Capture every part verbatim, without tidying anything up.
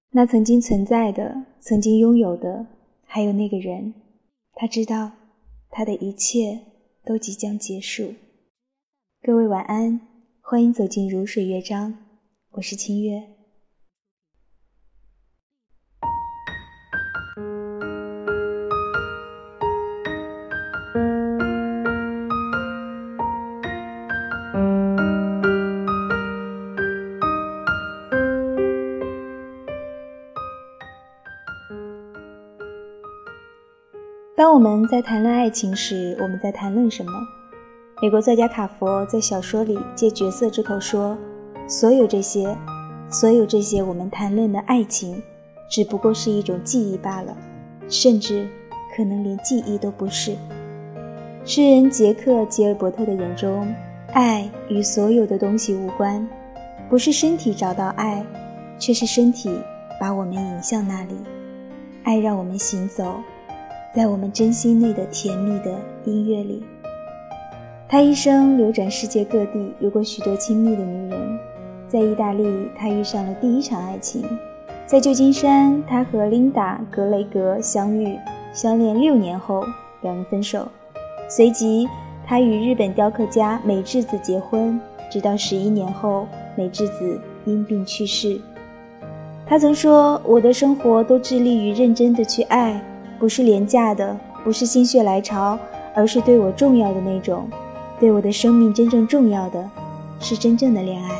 那曾经存在的，曾经拥有的，还有那个人，他知道他的一切都即将结束。各位晚安，欢迎走进如水乐章，我是清月。当我们在谈论爱情时，我们在谈论什么？美国作家卡佛在小说里借角色之口说，所有这些所有这些我们谈论的爱情只不过是一种记忆罢了，甚至可能连记忆都不是。诗人杰克·吉尔伯特的眼中，爱与所有的东西无关，不是身体找到爱，却是身体把我们引向那里。爱让我们行走在我们真心内的甜蜜的音乐里。他一生流转世界各地，有过许多亲密的女人。在意大利，他遇上了第一场爱情；在旧金山，他和琳达·格雷格相遇，相恋六年后，两人分手。随即，他与日本雕刻家美智子结婚，直到十一年后，美智子因病去世。他曾说：“我的生活都致力于认真地去爱。”不是廉价的，不是心血来潮，而是对我重要的那种，对我的生命真正重要的是真正的恋爱。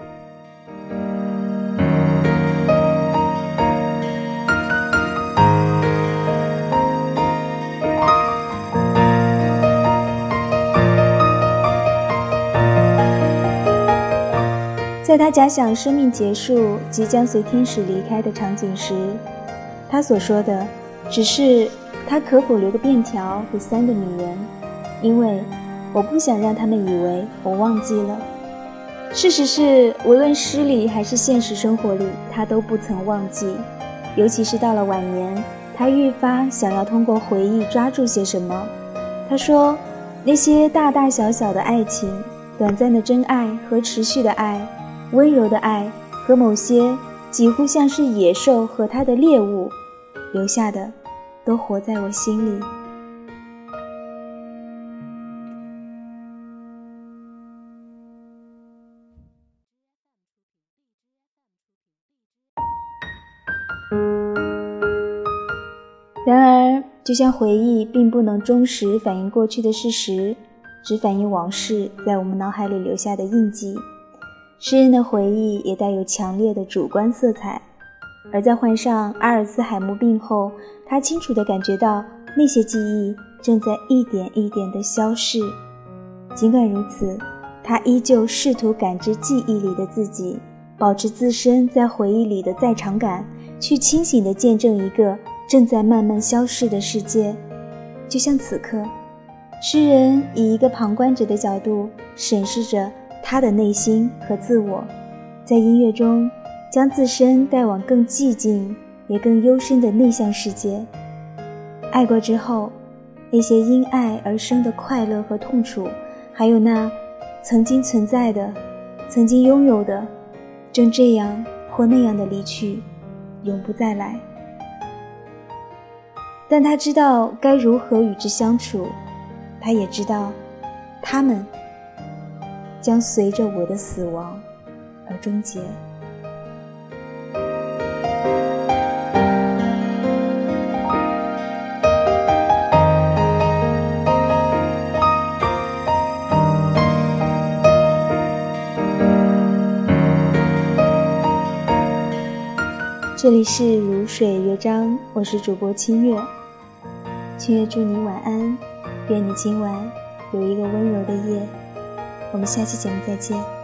在他假想生命结束，即将随天使离开的场景时，他所说的只是他可否留个便条给三个女人，因为我不想让他们以为我忘记了。事实是，无论诗里还是现实生活里，他都不曾忘记。尤其是到了晚年，他愈发想要通过回忆抓住些什么。他说，那些大大小小的爱情，短暂的真爱和持续的爱，温柔的爱和某些几乎像是野兽和他的猎物，留下的都活在我心里。然而，就像回忆并不能忠实反映过去的事实，只反映往事在我们脑海里留下的印记，诗人的回忆也带有强烈的主观色彩。而在患上阿尔茨海默病后，他清楚地感觉到那些记忆正在一点一点地消逝。尽管如此，他依旧试图感知记忆里的自己，保持自身在回忆里的在场感，去清醒地见证一个正在慢慢消逝的世界。就像此刻，诗人以一个旁观者的角度审视着他的内心和自我，在音乐中将自身带往更寂静也更幽深的内向世界。爱过之后，那些因爱而生的快乐和痛楚，还有那曾经存在的，曾经拥有的，正这样或那样的离去，永不再来。但他知道该如何与之相处，他也知道他们将随着我的死亡而终结。这里是如水乐章，我是主播清月。清月祝你晚安，愿你今晚有一个温柔的夜。我们下期节目再见。